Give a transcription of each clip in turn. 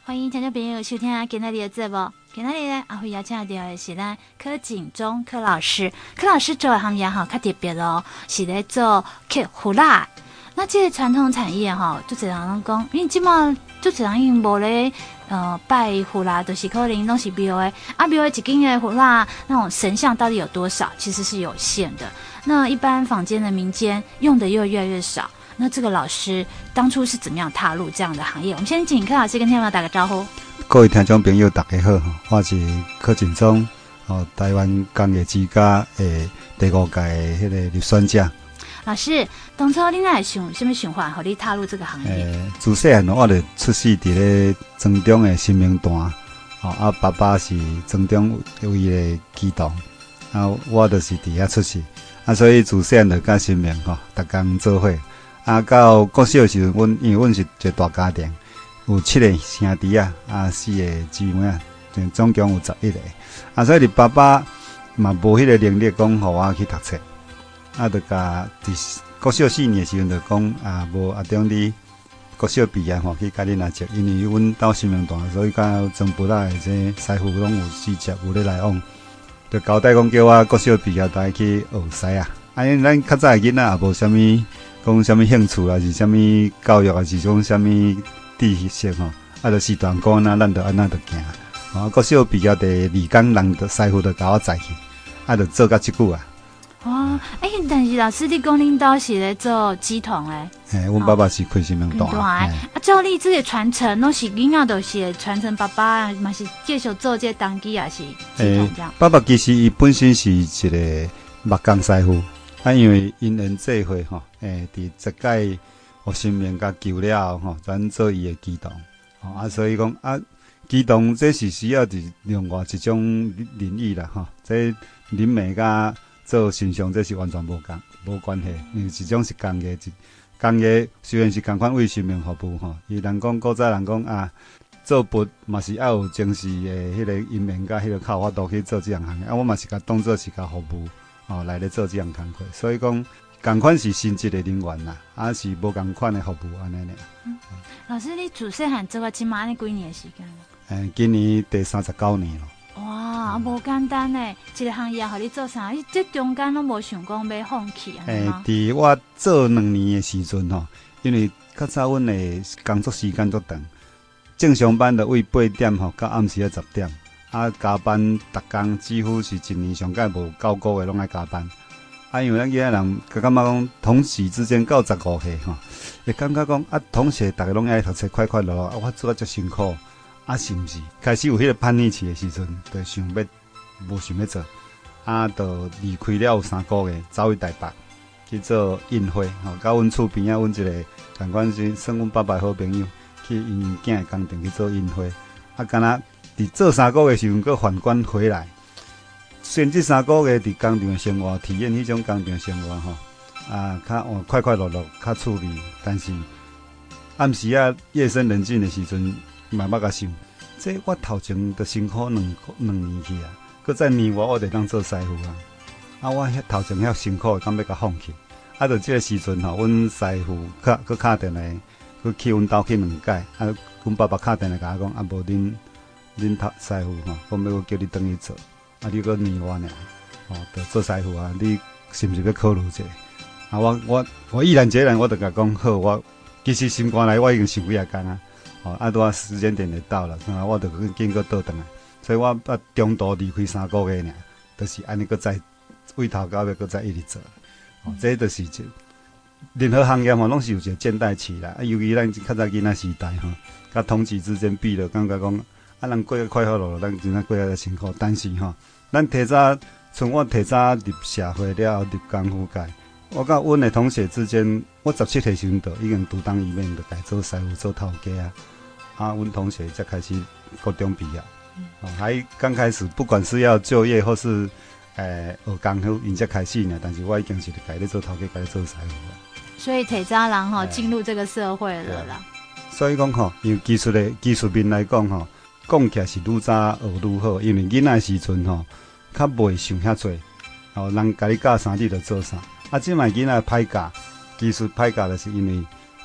欢迎听众朋友收听今天的节目。今天呢，阿辉邀请到的是咱柯景忠柯老师。柯老师做的行业哈，较特别咯，是在做刻胡蜡。那这个传统产业哈，就这样讲，因为基本上就这样因无咧，拜胡蜡都是可能拢是庙的，庙的一斤的胡蜡那种神像到底有多少，其实是有限的。那一般坊间的民间用的又越来越少。那这个老师当初是怎么样踏入这样的行业？我们先请柯老师跟听众打个招呼。 各位听众朋友，大家好，我是柯景忠，台湾工业之家的第5届的迄个入选者。 老师，当初你哪想什么想法，让你踏入这个行业？ 自细汉我就出世伫咧庄中的新明段，爸爸是庄中有伊的机动，我就是伫遐出世，所以自细汉就甲新明逐工做伙。到国小的时候，因为阮是一个大家庭，有7个兄弟4个姊妹总共有11个。所以你爸爸嘛无迄个能力讲，互我去读册。就甲伫国小4年的时阵，就讲无中你国小毕业去甲恁阿叔，因为阮到新明段，所以甲庄埔仔的这师傅拢有4接有咧来往，就交代讲叫我国小毕业带去学师因为咱较早的囡仔也无啥物。讲什么兴趣啊，是什么教育啊，是讲什么知识就时段讲咱就安那就行。国小毕业第2天，人就师傅就甲我载去，就做到即久但是老师你讲恁兜是咧做鸡桶诶？ 阮爸爸是开新明段照你这个传承，拢是囡仔都是传承爸爸，嘛是继续做这当机也是鸡桶这样。 爸爸其实伊本身是一个木工师傅。因为因缘际会伫这届互新明甲救了后转做伊的机动所以讲机动这是需要伫另外一种领域啦这林美甲做形象这是完全无关系，因为一种是工业，工业虽然是共款为新明服务伊人讲古早人讲做笔嘛是要有正式的迄个因缘甲迄个靠法度去做这项行业我嘛是甲当做是甲服务。来咧做这样工作，所以讲同款是性质的人员啦，是无同款的服务安尼呢。 老师，你自细汉做到即马，你几年的时间了？ 今年第39年了。 哇，无简单呢，一个行业互你做啥？你这中间拢无想讲要放弃啊？ 伫我做2年的时阵因为较早阮的工作时间足长，正常班就为8点到暗时10点。加班逐工几乎是一年上届无9个月拢爱加班。因为咱囡仔人感觉讲同时之间到15岁会感觉讲同学逐个拢爱读册，快快乐乐我做遮辛苦是毋是？开始有迄个叛逆期的时阵，就想要无想要做，就离开了有3个月，走去台北去做印花到阮厝边阮一个同款是算阮爸爸的好朋友，去因囝的工厂去做印花敢若。伫做3个月时阵，佫反观回来。虽然这3个月伫工厂生活，体验迄种工厂生活较快快乐乐，较趣味。但是暗时夜深人静的时阵，慢慢甲想，这我头前的辛苦两年去佫再年外我得当做师傅我头前遐辛苦，敢要甲放弃。就这个时阵阮师傅佫敲电话，佫去阮兜去2届。阮爸爸敲电话甲我讲，无恁师傅讲要叫你转去做，你佫年外呢，就做师傅你是毋是要考虑一下？我毅然决然，我就甲讲好，我其实心肝内我已经想几啊天拄时间点就到了，我就紧佫倒转来，所以我中途离开3个月呢，就是安尼佫再为头到尾佫再一直做，这就是任何行业拢是有一个倦怠期啦，尤其咱较早囡仔时代甲同期之间比了，感觉讲。人过得快乐乐，咱真正过得辛苦。但是咱提早，从我提早入社会了后，入功夫界，我甲阮的同学之间，我17岁时阵就已经独当一面，就改做师傅、做头家阮同学才开始高中毕业，还刚开始，不管是要就业或是学功夫，因才开始呢。但是我已经是改咧做头家，改咧做师傅了。 所以提早人进入这个社会了啦。 所以讲因为技术面来讲讲起来是愈早学愈好，因为囡仔时阵较袂想遐多，人甲你教啥你就做啥。即卖囡仔歹教，技术歹教就是因为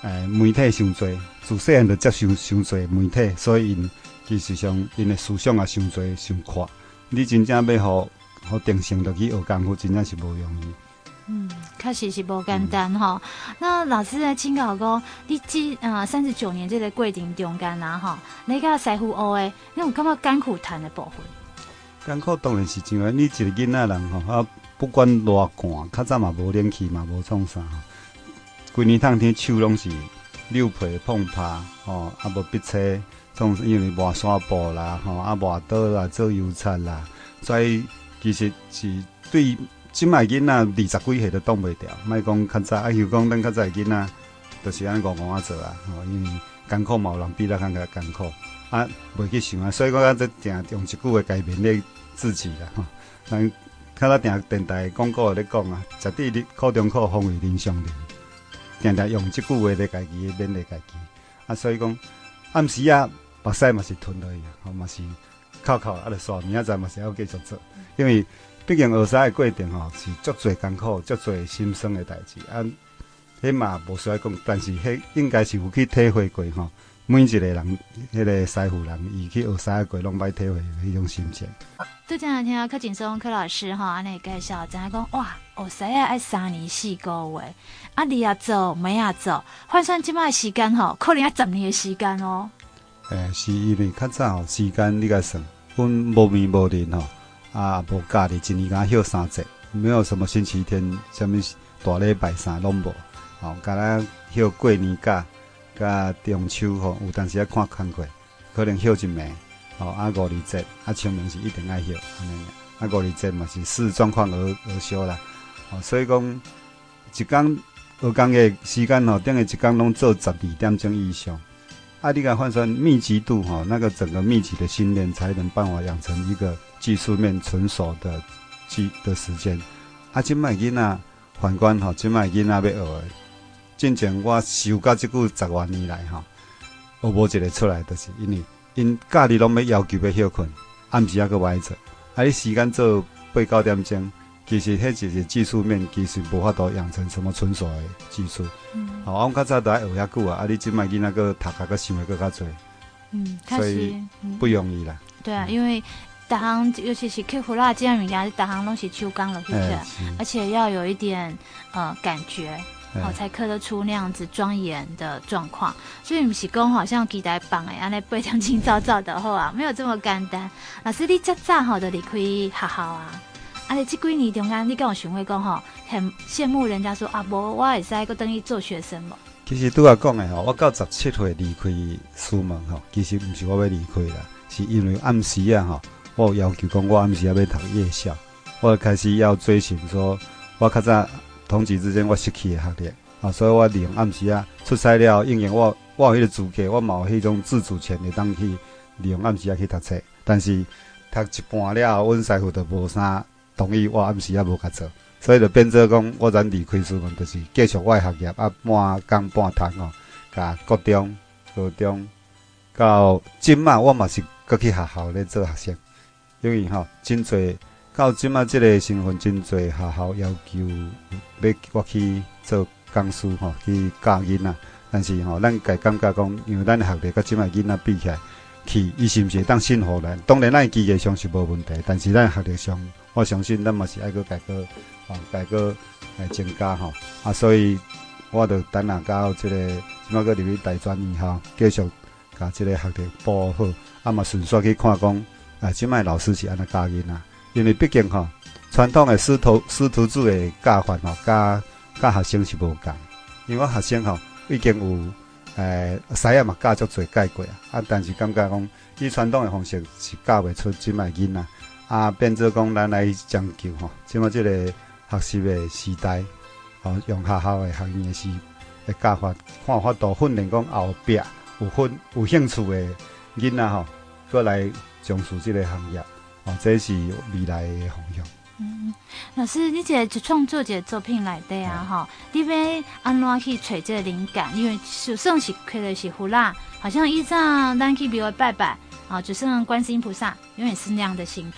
媒体伤多，自细汉就接受伤多媒体，所以因其实上因的思想也伤多伤阔。你真正要互定性落去学功夫，真正是无容易。 确实是无简单吼。那老师来请教讲，你39年这个过程中间啦吼，你甲师傅学的，你有感觉艰苦谈的部分？ 艰苦当然是真诶，你一个囡仔人吼，啊，不管偌寒，较早嘛无冷气嘛无创啥吼，规年冬天手拢是溜皮碰拍吼，啊无笔车，总因为磨山布啦吼，啊磨刀啦做油漆啦，所以其实是对。即摆囡仔20几岁都挡袂掉，莫讲较早，就讲咱较早囡仔，就是安五啊做啊，吼，因为艰苦嘛有人比咱更加艰苦，啊，袂去想啊，所以我这定用一句话改变咧自己啦，吼，咱较早定电台广告咧讲啊，绝对你苦中苦，方为人上人，定定用即句话咧家己勉励家己，啊，所以讲暗时啊，目屎嘛是吞落去，吼，嘛是哭哭啊，就煞明仔载嘛是要继续做，因为。毕竟学师的过程吼是足侪艰苦、足侪心酸的代志啊，迄嘛无需要讲，但是迄应该是有去体会过吼。每一个人，迄个师傅人，伊去学师的过，拢捌体会迄种心情。 拄则听到柯景松柯老师吼安尼介绍，知影讲哇，学师啊爱3年4个月，啊你也做，妹也做，换算即摆时间吼，可能要10年的时间哦。 是因为较早吼时间你甲算，阮无眠无日吼。啊，无假日，一年敢休3节，没有什么星期天，什么大礼拜啥拢无。吼，敢若休过年假，甲中秋吼，有当时啊看工课，可能休一暝。吼，啊5、2节，啊清明是一定爱休，安尼。啊5、2节嘛是视状况而休啦。吼，所以讲一工学工的时间吼，等于一工拢做12点钟以上。啊，你甲换算密集度吼，那个整个密集的训练，才能办法养成一个技术面纯熟的时间。啊，即摆囡仔反观吼，即摆囡仔要学的，进前我修到即句10多年来吼，学无一个出来，就是因为因假日拢要求要休困，暗时还佫歹做，啊，你时间做8、9点钟。其实迄就是技术面，其实无法度养成什么纯熟的技术。好，我较早都爱学遐久啊，啊，你即摆囡仔佫读甲佫想的佫较侪，所以不容易啦。 对啊，因为逐项尤其是克服啦这样物件，逐项拢是手工落去的，而且要有一点感觉。才刻得出那样子庄严的状况，所以不是讲好像期待棒安尼8点钟早早的好啊，没有这么简单。老师，你较早就离开学校啊？啊！你这几年中间，你跟我想过讲吼，很羡慕人家说啊，无我会使搁等于做学生无？ 其实拄仔讲的吼，我到17岁离开师门吼，其实毋是我要离开啦，是因为暗时啊吼，我有要求讲我暗时要读夜校，我开始要追寻说，我较早同期之间我失去的学历啊，所以我利用暗时啊出师了，应用我有迄个资格，我嘛有迄种自主权会当去利用暗时啊去读册，但是读一半了后，阮师傅就无啥。同意我暗时也无甲做，所以就变做讲我咱离开师门，就是继续我的学业啊，半工半读吼，甲高中到今仔我嘛是搁去学校咧做学生，因为吼真侪到今仔即个身份，真侪学校要求要我去做讲师吼，去教囡仔，但是吼咱家感觉讲，因为咱的学历甲即摆囡仔比起来，去伊是毋是会当信服咱？当然咱技艺上是无问题，但是咱学历上。我相信咱嘛是爱个改革，改革来增加吼，啊，所以我就等下到即个即摆个入去大专院校，继续甲即个学历补好，啊嘛顺续去看讲，即摆老师是安怎教囡仔，因为毕竟吼，传统的师徒制的教法吼，教学生是无共，因为我学生吼已经有师啊嘛教足侪改过啊，但是感觉讲以传统的方式是教袂出即摆囡仔。啊，变做讲咱来讲究吼，即马即个学习的时代，吼用学校的学院的教法，看法度训练讲后壁有兴趣的囡仔吼，过来从事即个行业，这是未来的方向。 老师，你一创作一个作品内底啊，吼，你要安怎去找这个灵感？因为就算是开的是胡啦，好像以前咱去庙拜拜。就像观世音菩萨永远是那样的形状，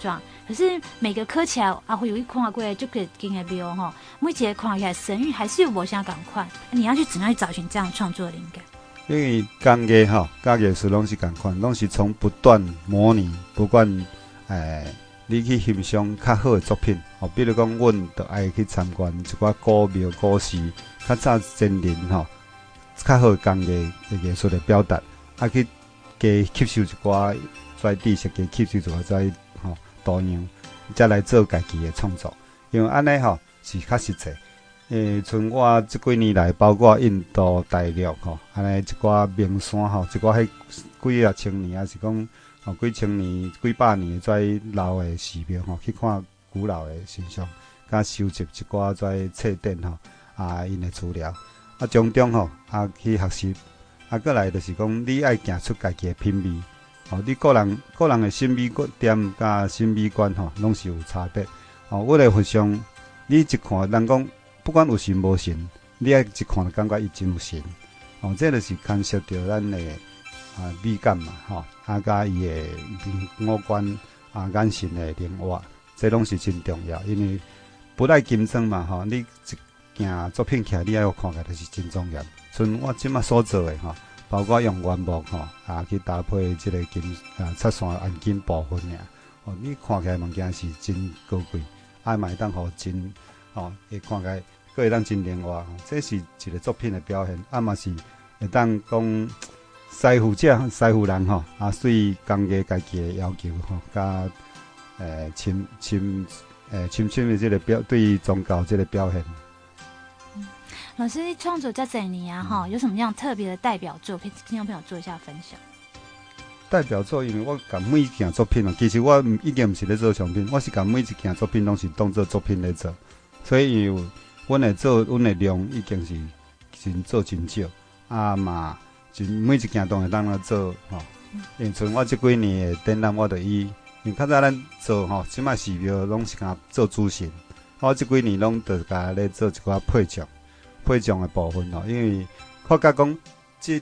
可是每个磕起来阿辉有一看过就可以跟个标哈，每一个看起来神韵还是有无相赶快。你要去怎样去找寻这样创作的灵感？ 因为工艺吼，甲艺术拢是共款，拢是从不断模拟，不管你去欣赏较好的作品，哦，比如讲，阮就爱去参观一寡古庙、古寺，较早先人吼，较好的工艺的艺术的表达，啊去加吸收一寡跩知识，加吸收一寡跩多样，才来做家己的创作。因为安尼吼是较实际。像我这几年来，包括印度、大陆吼，安尼一寡名山吼，一寡迄几啊千年，还是讲几千年、几百年跩老的寺庙吼，去看古老的神像，甲收集一寡跩册典吼，因的资料，从中吼去学习，过来就是讲你爱行出家己的品味，你个人的审美点甲审美观吼，拢是有差别，我来分享，你一看人讲。不管有神无神，你爱一看就感觉伊真有神，这就是牵涉到咱的美感嘛，甲伊的五官眼神的灵活，这拢是真重要。因为不赖金装嘛，你一件作品起来，你爱看起来就是真庄严。像我即马所做的包括用原木去搭配即个金漆线按金部分你看起来物件是真高贵，嘛会当互真会看起来。佫会当真灵活，这是一个作品的表现，嘛是会当讲师傅人对工艺家己的要求甲深的这个对宗教这个表现。 老师创作这几年有什么样特别的代表作，可以听众朋友做一下分享？ 代表作，因为我甲每一件作品其实我已经毋是咧做商品，我是甲每一件作品拢是当做作品咧做，所以因为阮的量已经是真做真少，嘛，每一件都会当来做因为像我这几年的展览，我就因为较早咱做即卖寺庙拢是甲做主神，我这几年拢就甲咧做一寡配种的部分因为看甲讲这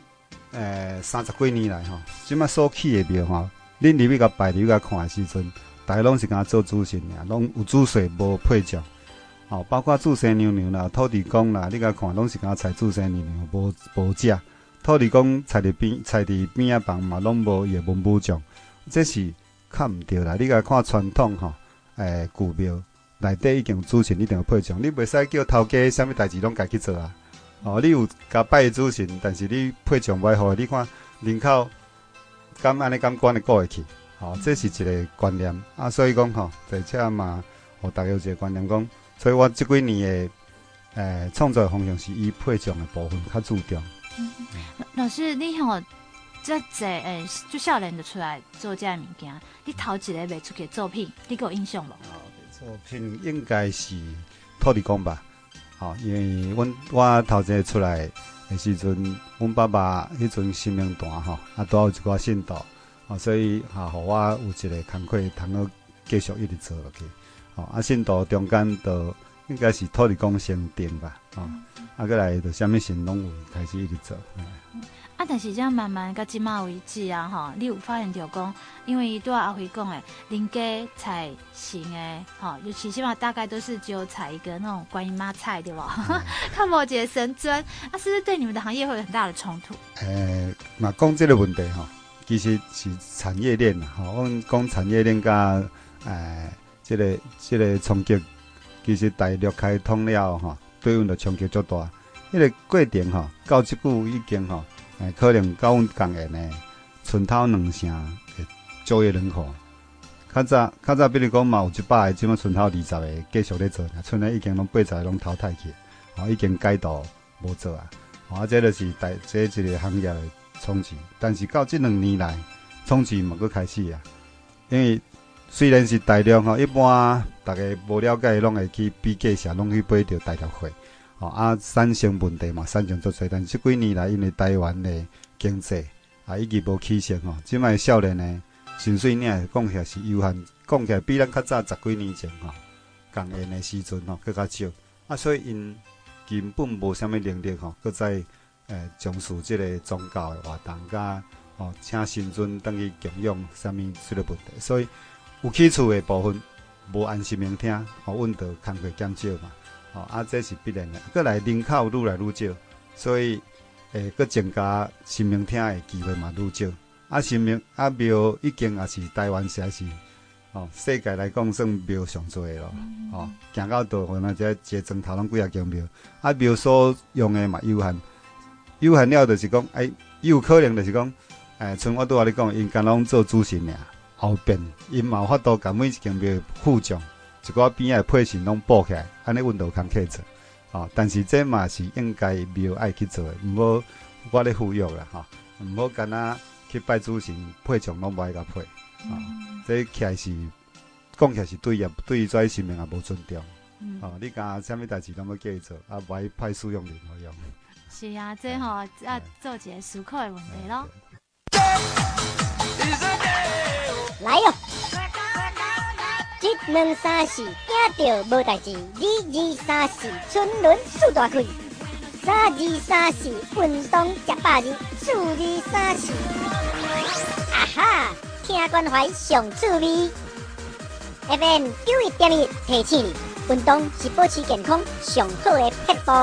30几年来即卖所起的庙恁入去甲拜入去甲看的时阵，大家拢是甲做主神尔，拢有主髓无配种。包括祖先娘啦、土地公啦，你甲看拢是甲采祖先娘无食。土地公采伫边仔房嘛，拢无也无补种，这是较毋对啦。你甲看传统古庙内底已经有祖先一定有配种，你袂使叫头家啥物代志拢家去做啊。你有甲拜祖先，但是你配种袂好，你看人口安尼管会过会去？这是一个观念所以讲在这嘛，互大家有一个观念讲。所以我这几年的创作方向是以配种的部分较注重。 老师，你这就少年就出来做这个物件，你头一个卖出去的作品，你有印象无？ 作品应该是土地公吧？因为我头一个出来的时阵，阮爸爸迄阵生命大都有一寡信徒所以互我有一个工课通继续一直做落去。信徒中间就应该是土地公先定吧，过来就啥物神拢有开始一直做。 但是这样慢慢到即马为止你有发现到讲，因为对阿辉讲的，人家采神的尤其起码大概都是只有采一个那种观音妈菜，对吧？看无一个神尊，是不是对你们的行业会有很大的冲突？ 嘛讲这个问题其实是产业链阮讲产业链甲这个冲击，其实大陆开通了对阮的冲击足大。迄个过程到即久已经可能到阮工业呢，剩头2成的就业人口。较早比如讲嘛有100个，即马剩头20个继续咧做，剩的已经拢80个拢淘汰去，已经改道无做这就是这一个行业的冲击。但是到这2年来，冲击嘛佫开始因为虽然是大陆一般大家无了解，拢会去比价社，拢去买着大陆货产生问题嘛，产生足多。但是这几年来，因为台湾的经济已经无起色即卖少年的薪水领讲起来是有限，讲起来比咱较早10几年前工业的时阵佫较少所以因根本无啥物能力佫在从事这个宗教的活动，甲请神尊等去供养啥物这个问题，所以有起厝的部分无按心明听，温度空气减少嘛，这是必然的。过来人口愈来愈少，所以佫增加心明听的机会嘛愈少。心明庙已经也是台湾实在是。世界来讲算庙上多的咯，行到倒，可能一砖头拢几啊间庙，庙所用的嘛有限，有限了就是讲，有可能就是讲，像我拄仔你讲，因干拢做主神尔，后边因嘛有法度甲每一间庙负重，一寡边仔配饰拢布起来，安尼温度通克做，但是这嘛是应该庙爱去做的，毋好我咧呼吁啦，毋好干那去拜主神配重拢无爱甲配。这起来是讲起来是对于这生命也无尊重。你讲啥物代志拢要叫伊做，无爱派使用人好用。 是啊，这做一个思考的问题咯。 来哟！一两三四，惊到无代志；二二三四，春轮速大开；三二三四，运动食百二；四二三四，啊哈！听关怀上趣味 ，FM 91.1提醒你，运动是保持健康上好的撇步。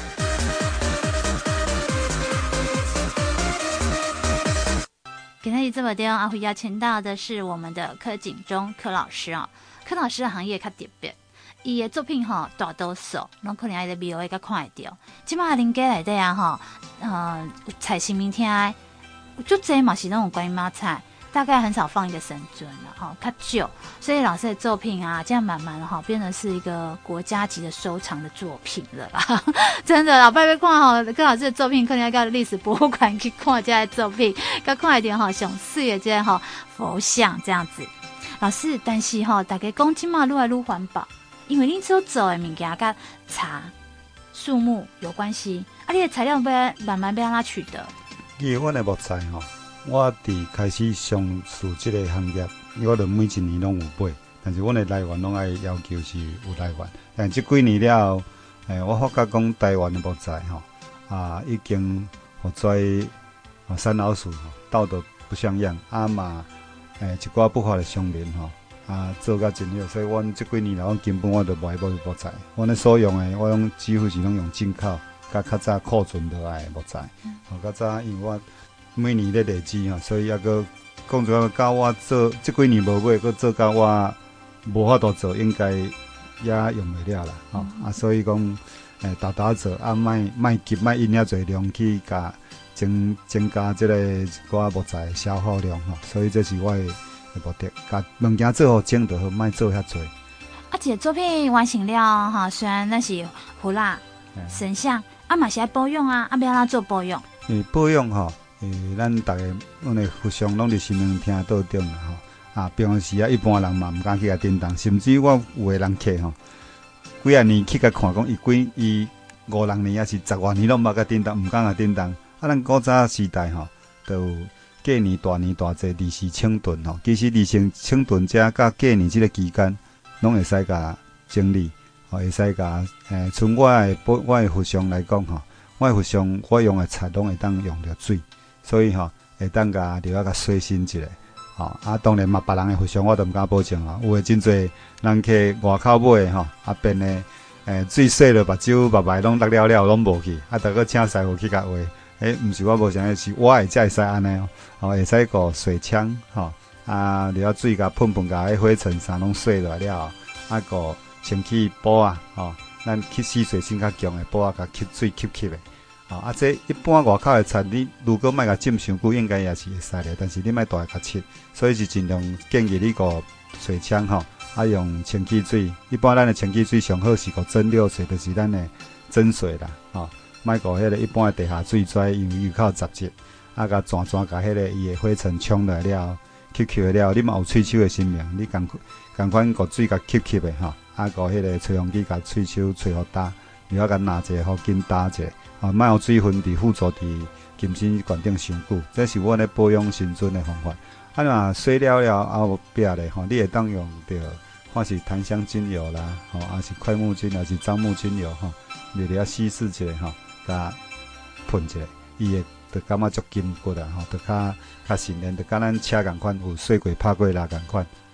今天这么中，阿辉邀请到的是我们的柯景中柯老师哦。柯老师的行业较特别，伊的作品大多数拢可能爱在庙会甲看会到。即马邻家内底啊有菜新明天的，就这嘛是那种观音妈菜。大概很少放一个神尊了较久，所以老师的作品啊，这样慢慢的变成是一个国家级的收藏的作品了啦。真的，老拜拜看柯老师的作品，可能要到历史博物馆去看这的作品，甲看一点上水的这佛像这样子。老师，但是大家讲今嘛愈来愈环保，因为恁所做的物件甲茶、树木有关系，你的材料慢慢被让它取得。 阮的木材我伫开始从事这个行业，我就每一年拢有买，但是阮的来源拢爱要求是有来源。但这几年了后，我发觉讲台湾的木材已经互跩山老鼠斗得不像样，嘛一寡不法的商人做甲真好，所以阮这几年来，阮根本我就无爱买木材，阮咧所用的，我用几乎是拢用进口，甲较早库存落来的木材。较早因为我每年咧累积所以抑个讲做到我做即几年无买，佫做到我无法度做，应该也用袂了啦。所以讲大做卖急卖印遐侪量去甲增加即个一寡木材消耗量所以这是我的目的。甲物件做好整就好，莫做遐侪。 一个作品完成了虽然那是胡蜡神像，嘛是要保养要安怎做保养？ 保养咱大家阮的佛像拢伫神明厅桌顶啦平时一般人嘛毋敢去甲叮当，甚至我有个人客几啊年去甲看讲，伊5、6年还是10多年拢捌甲叮当，毋敢甲叮当。咱古早时代都有过年大年大节二时清顿其实二时清顿遮甲过年即个期间，拢会使甲整理会使甲从我的佛像来讲我的佛像我用的菜拢会当用着水。所以会当甲留甲洗身一下，当然嘛，别人的佛像我都毋敢保证有诶真侪人去外口买变诶水洗了，目睭目眉拢落了了，拢无去，逐个请师傅去甲画，毋是我无想，是我会会使安尼会使个水枪留水甲喷甲迄灰尘啥拢洗落来了，个先去补咱去洗水性较强诶补甲吸水吸起来。这一般外口的菜，你如果莫甲浸伤久，应该也是会使的。但是你莫大甲切，所以是尽量建议你个水枪用清气水。一般咱的清气水上好是个蒸馏水，就是咱的蒸水啦莫个迄个一般的地下水跩，因为有靠杂质，甲转甲迄个伊的灰尘冲来了，吸了，你嘛有喙手的生命，你共款个水甲吸的个迄个吹风机甲喙手吹互干，然后甲拿者互紧打者。莫有水分伫附着伫金身悬顶伤久，这是阮咧保养神尊的方法。若洗了后壁咧你会当用着看是檀香精油啦，还是快木精，还是樟木精油热了稀释一下甲喷一下，伊会就感觉足筋骨就较新鲜，就甲咱车共款有洗过拍过啦共款。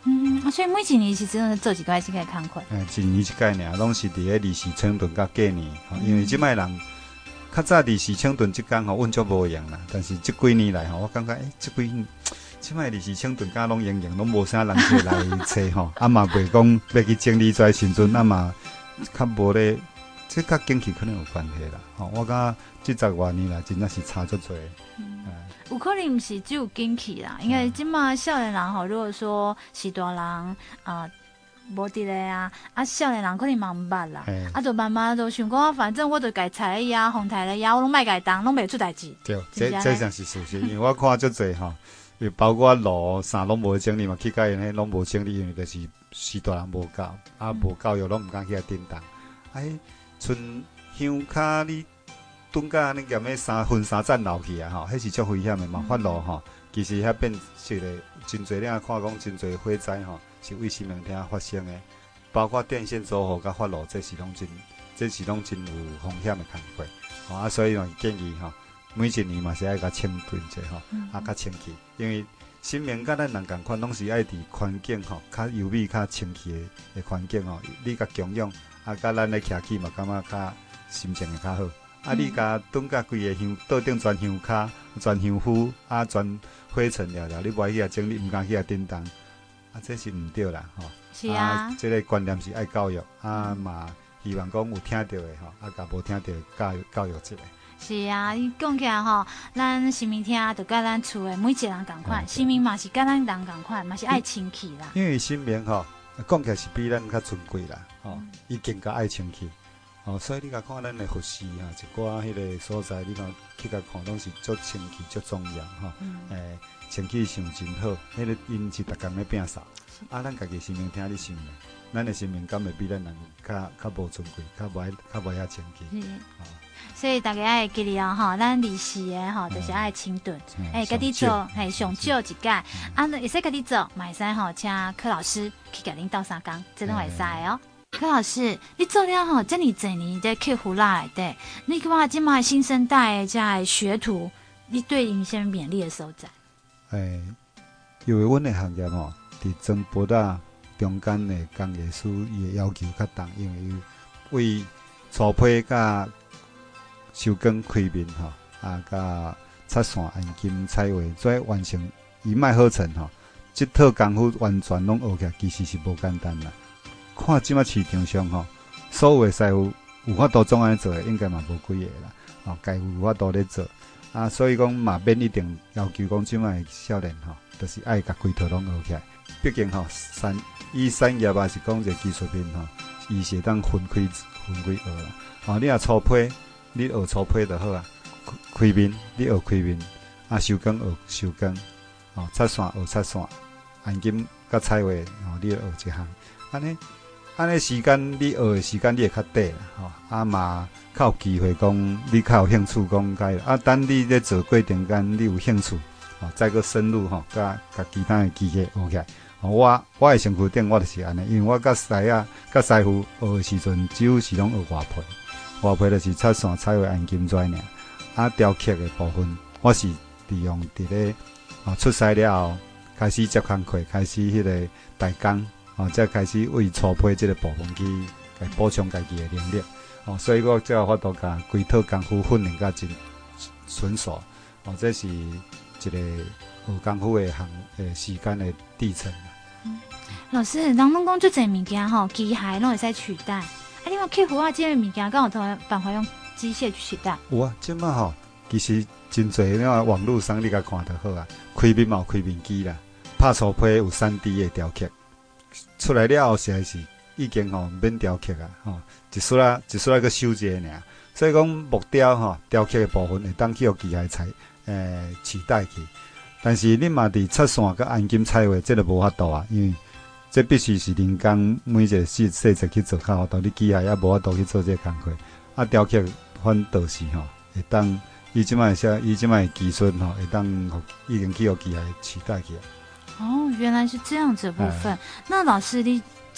所以每一年是真的做一摆是个工课。 一年一届尔，拢是伫咧利时清顿甲过年，因为即摆人较早利时清顿即工吼，阮足无用啦。但是即几年来吼，我感觉即摆利时清顿甲拢营拢无啥人摕来找吼，啊嘛袂讲要去整理在时阵，啊嘛较无咧。这甲景气可能有关系啦，我感觉这10多年来真正是差足多。 有可能毋是只有景气啦，因为即马少年人吼，如果说是大人无伫咧啊，少年人可能嘛毋捌啦，就慢慢就想讲，反正我就家菜咧压，红台咧压，我拢莫家动，拢袂出代志。对， 这才是事实，因为我看足多吼，包括路啥拢无整理嘛，去甲因迄拢无整理，因为就是大人无教，无教育拢毋敢去遐叮当，剩乡骹你蹲甲你嫌迄分三站流去啊吼，迄是足危险的嘛，发路吼，其实遐变是咧真侪人看讲真侪火灾吼，是为生命厅发生的，包括电线走火甲发路，这是拢真有风险的工作，所以我建议吼，每一年嘛是爱甲清顿者吼，甲清气，因为新民甲咱人共款，拢是爱伫环境吼较优美、较清气的环境吼，你甲供养。甲咱咧徛起嘛，感觉较心情会较好。你甲蹲甲规个香桌顶全香骹、全香灰，全灰尘了了，你无去遐整理，毋敢去遐叮当，这是毋对啦，吼。 是啊。 这个观念是爱教育，嘛希望讲有听到的吼，甲无听到教育一下。 是啊，伊讲起来吼，咱新民厅就甲咱厝的每一个人共款，新民嘛是甲咱人共款，嘛是爱清气啦。因为新民吼。讲起来是比咱较尊贵啦，伊更加爱清气，所以你甲看咱的护士一寡迄个所在，你讲去甲看拢是足清气、足庄严清气上真好，迄个因是逐工咧摒扫，咱家己生命听你想咧，咱的生命敢会比咱人较无尊贵，较无遐清气。 所以大家爱记哩咱利时的就是爱清顿，家己做上少一届，会使家己做，嘛会使请柯老师去甲恁斗相共，这拢会使哦。柯老师，你做了这么多年在客户内底，你感觉即卖新生代的学徒，你对因什么勉励的所在？ 因为阮的行业伫装博大中间的工艺师，伊的要求较重，因为为粗胚甲收工开面甲插线按金彩画，再完成一脉合成这套功夫完全拢学起来，其实是无简单啦。看即马市场上所有的师傅有法度总安尼做的，应该嘛无几个啦。该有法度咧做所以讲嘛免一定要求讲即马的少年就是爱甲规套拢学起来。毕竟以产业是讲一个技术面伊是当分开学啦。你若粗胚。你学粗胚就好开面你学开面，收工学收工，插线学插线，按金甲彩画你学一项，安尼时间你学的时间你会较短啦，嘛较有机会讲你较有兴趣讲等你咧做过程间你有兴趣，再搁深入甲其他的机器学起来。我的身躯顶我就是安尼，因为我甲师傅学的时阵，只有是拢学外皮就是插线、彩画、按金砖尔，雕刻的部分，我是利用伫咧出师了后，开始接工课，开始迄个代工，才开始为粗胚这个部分去补充家己的能力，所以我才有法度甲规套功夫训练甲真纯熟，这是一个学功夫的时间的历程。 老师，人拢讲最侪物件机械拢会使取代。你看客户这个物件，敢有办法用机械去取代？有啊，即马其实真侪网络上你甲看就好开面嘛有开面机啦，拍粗胚有3D 的雕刻，出来了后实在是已经免雕刻一撮仔个修一个尔。所以讲木雕雕刻的部分会当去用机械取代去，但是你嘛伫插线甲按金彩画，这个无法度因为。这必须是人工每一个细节去做较好，到你机械也无法度去做这个工课。雕刻反倒是会当伊即摆的技术会当已经去互机械取代去。 原来是这样子的部分。那老师，你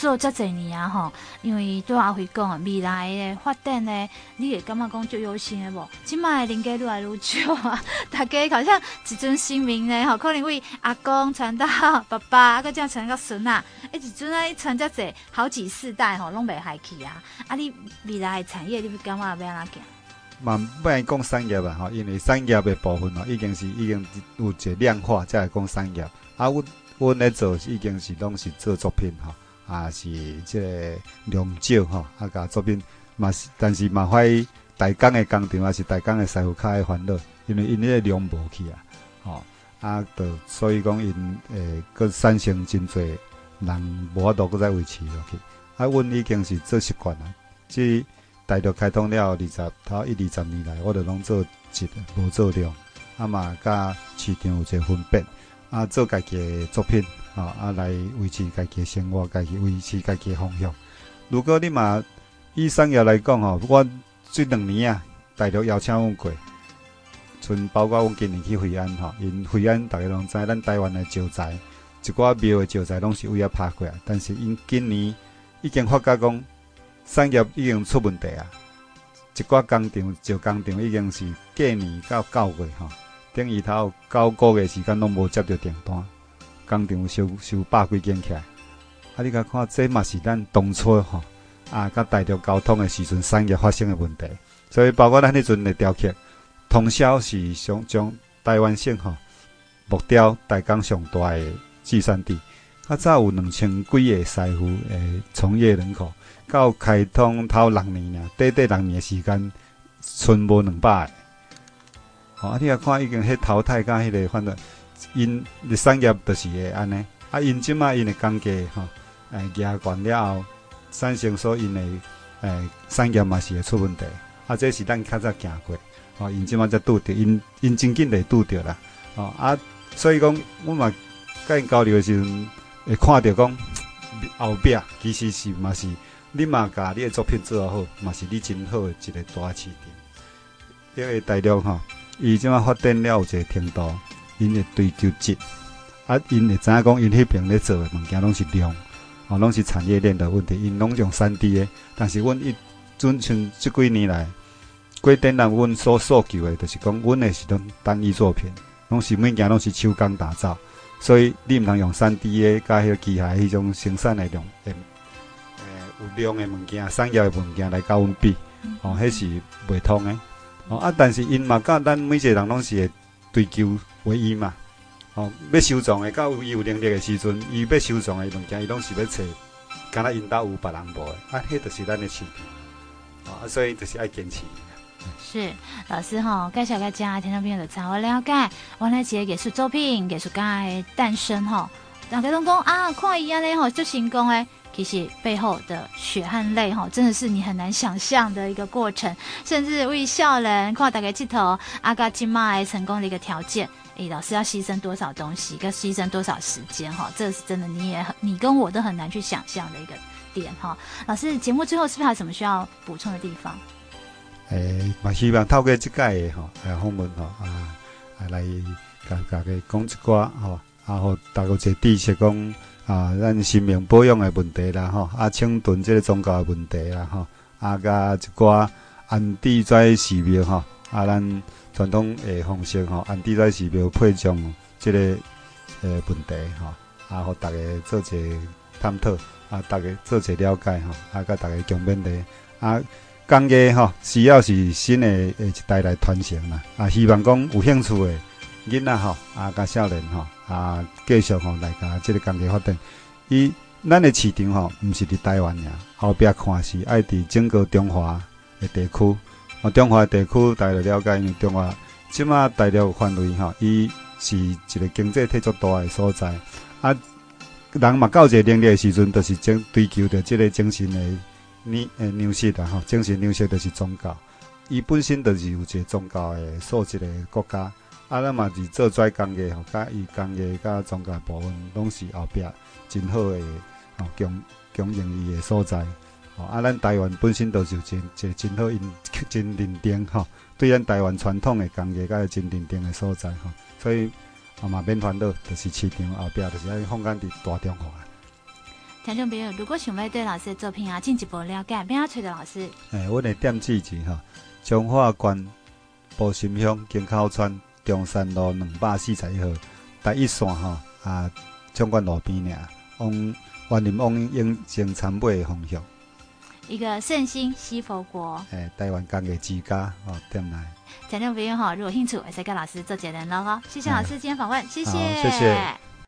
做遮侪年啊吼，因为对阿辉讲，未来的发展呢，你会感觉讲足有心的无？即摆的年纪愈来愈少啊，大家好像一尊新名呢吼，可能为阿公传到爸爸，啊，再传到孙啊，一尊啊传遮侪好几世代吼，拢袂害去啊。啊，你未来的产业，你感觉要安怎行？ 嘛，不然讲产业啊，吼，因为产业的部分哦，已经有一个量化，才会讲产业。啊，阮咧做已经是拢是做作品吼，啊是即个量少吼，啊甲作品嘛是，但是嘛歹大工的工厂，还是大工的师傅较爱烦恼，因为因迄个量无去啊，吼，啊，所以讲因佫产生真侪人无法度佫再维持落去。啊，阮已经是做习惯啦，即大陆开通了头20年来，我著拢做质无做量，啊嘛甲市场有一个分辨，啊做家己的作品，啊来维持家己的生活，家己维持家己的方向。如果你嘛以产业来讲吼，我这2年啊，大陆邀请阮过，剩包括阮今年去惠安吼，因惠安大家拢知，咱台湾的石材，一寡庙的石材拢是为了拍过来，但是因今年已经发觉讲。产业已经出问题啊！一寡工厂、石工厂已经是过年到9月吼，等于头9个月时间拢无接到订单，工厂收100几间起来。啊，你甲看，这嘛是咱当初吼啊，甲大陆交通的时阵产业发生的问题。所以包括咱迄阵的雕刻，通宵是将台湾省吼木雕大港上大的集散地。较早有2000几个师傅诶从业人口。到开通头6年啊，短6年的时间，剩无200个。啊，你啊看已经迄淘汰甲迄个，反正因的产业就是会安尼。啊，因即马因的工价吼，压悬了后，产生所因的产业嘛是会出问题。啊，这是咱较早行过，哦，因即马才拄着，因真紧就拄着啦。哦啊，所以讲，我嘛甲因交流的时阵，会看到讲后壁其实是嘛是。你嘛甲你的作品做好，嘛是你真好的一个大市场。因为大陆吼，伊即马发展了有一个程度，因会追求质，啊，因会知影讲因迄边咧做的物件拢是量，哦，拢是产业链的问题，因拢用3D 的。但是阮像即几年来，过展览阮所诉求的，就是讲阮的是拢单一作品，拢是每件拢是手工打造，所以你毋通用3D 的甲迄个机械迄种生产的量。有量的物件、产业的物件来甲阮比，哦，迄是袂通的。哦啊，但是因嘛甲咱每一个人拢是会追求唯一嘛。哦，要收藏的，到伊有能力的时阵，伊要收藏的物件，伊拢是要找，敢若因兜有别人无的，啊，迄就是咱的市场。哦，所以就是爱坚持。 是老师吼，介绍给家听众朋友就差不多了解，原来一个艺术作品、艺术家的诞生吼，大家拢讲啊，看伊安尼吼就成功诶。其实背后的血和泪真的是你很难想象的一个过程，甚至为笑人看大家佚佗阿嘎金麦成功的一个条件，老师要牺牲多少东西，跟牺牲多少时间这是真的你跟我都很难去想象的一个点老师，节目最后是不是还有什么需要补充的地方？ 嘛希望透过这届的访问来甲大家讲一寡互大家有一个知识讲。咱生命保养的问题啦，清炖这个宗教的问题啦，甲一寡安地在寺庙咱传统的方式安地在寺庙配种这个问题互大家做一个探讨，大家做一个了解甲大家共勉励工艺需要是新的一代来传承啦，希望讲有兴趣的囡仔甲少年继续来甲即个工艺发展。咱的市场毋是伫台湾尔，后壁看是爱伫整个中华的地区。中华的地区大家就了解，因为中华即马大陆范围伊是一个经济体足大的所在。人嘛到一个能力的时阵，就是追求着即个精神的粮食啦，精神粮食就是宗教。伊本身就是有一个宗教的素质的国家。咱嘛是做跩工艺甲伊工艺甲宗教部分，拢是后壁真好的供应伊的所在。咱台湾本身就是一个真好真认定对咱台湾传统的工艺甲真认定的所在所以嘛免烦恼，就是市场后壁就是爱放眼伫大中华。 听众朋友，如果想要对老师的作品进一步了解，边找到老师？ 阮的店址是彰化县埔心乡金口村中山路241号第一线中关路边尔，往园林往永靖参尾的方向。 一个圣心西佛国， 台湾工艺之家店内。 听众朋友如果有兴趣，会使跟老师做结联络哦。谢谢老师今天访问，谢谢， 谢谢。